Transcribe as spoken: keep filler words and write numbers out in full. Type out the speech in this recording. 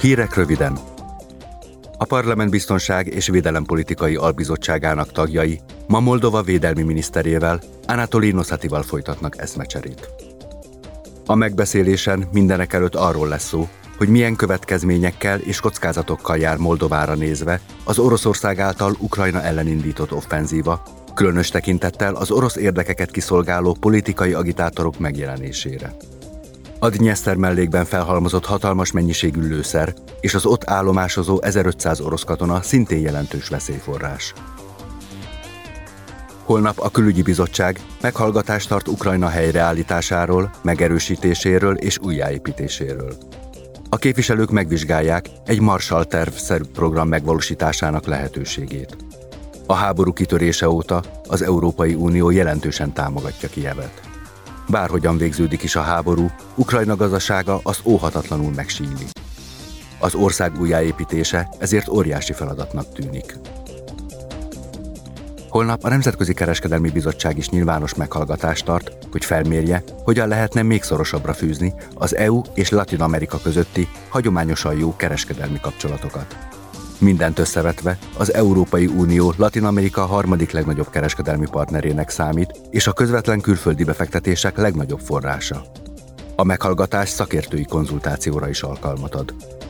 Hírek röviden. A Parlament Biztonság és Védelempolitikai Albizottságának tagjai ma Moldova védelmi miniszterével, Anatoli Nosatival folytatnak eszmecserét. A megbeszélésen mindenekelőtt arról lesz szó, hogy milyen következményekkel és kockázatokkal jár Moldovára nézve az Oroszország által Ukrajna ellen indított offenzíva, különös tekintettel az orosz érdekeket kiszolgáló politikai agitátorok megjelenésére. A Dnyeszter mellékben felhalmozott hatalmas mennyiségű lőszer és az ott állomásozó ezerötszáz orosz katona szintén jelentős veszélyforrás. Holnap a Külügyi Bizottság meghallgatást tart Ukrajna helyreállításáról, megerősítéséről és újjáépítéséről. A képviselők megvizsgálják egy Marshall terv-szerű program megvalósításának lehetőségét. A háború kitörése óta az Európai Unió jelentősen támogatja Kijevet. Bárhogyan végződik is a háború, Ukrajna gazdasága az óhatatlanul megsínyli. Az ország újjáépítése ezért óriási feladatnak tűnik. Holnap a Nemzetközi Kereskedelmi Bizottság is nyilvános meghallgatást tart, hogy felmérje, hogyan lehetne még szorosabbra fűzni az é u és Latin Amerika közötti hagyományosan jó kereskedelmi kapcsolatokat. Mindent összevetve az Európai Unió Latin Amerika harmadik legnagyobb kereskedelmi partnerének számít, és a közvetlen külföldi befektetések legnagyobb forrása. A meghallgatás szakértői konzultációra is alkalmat ad.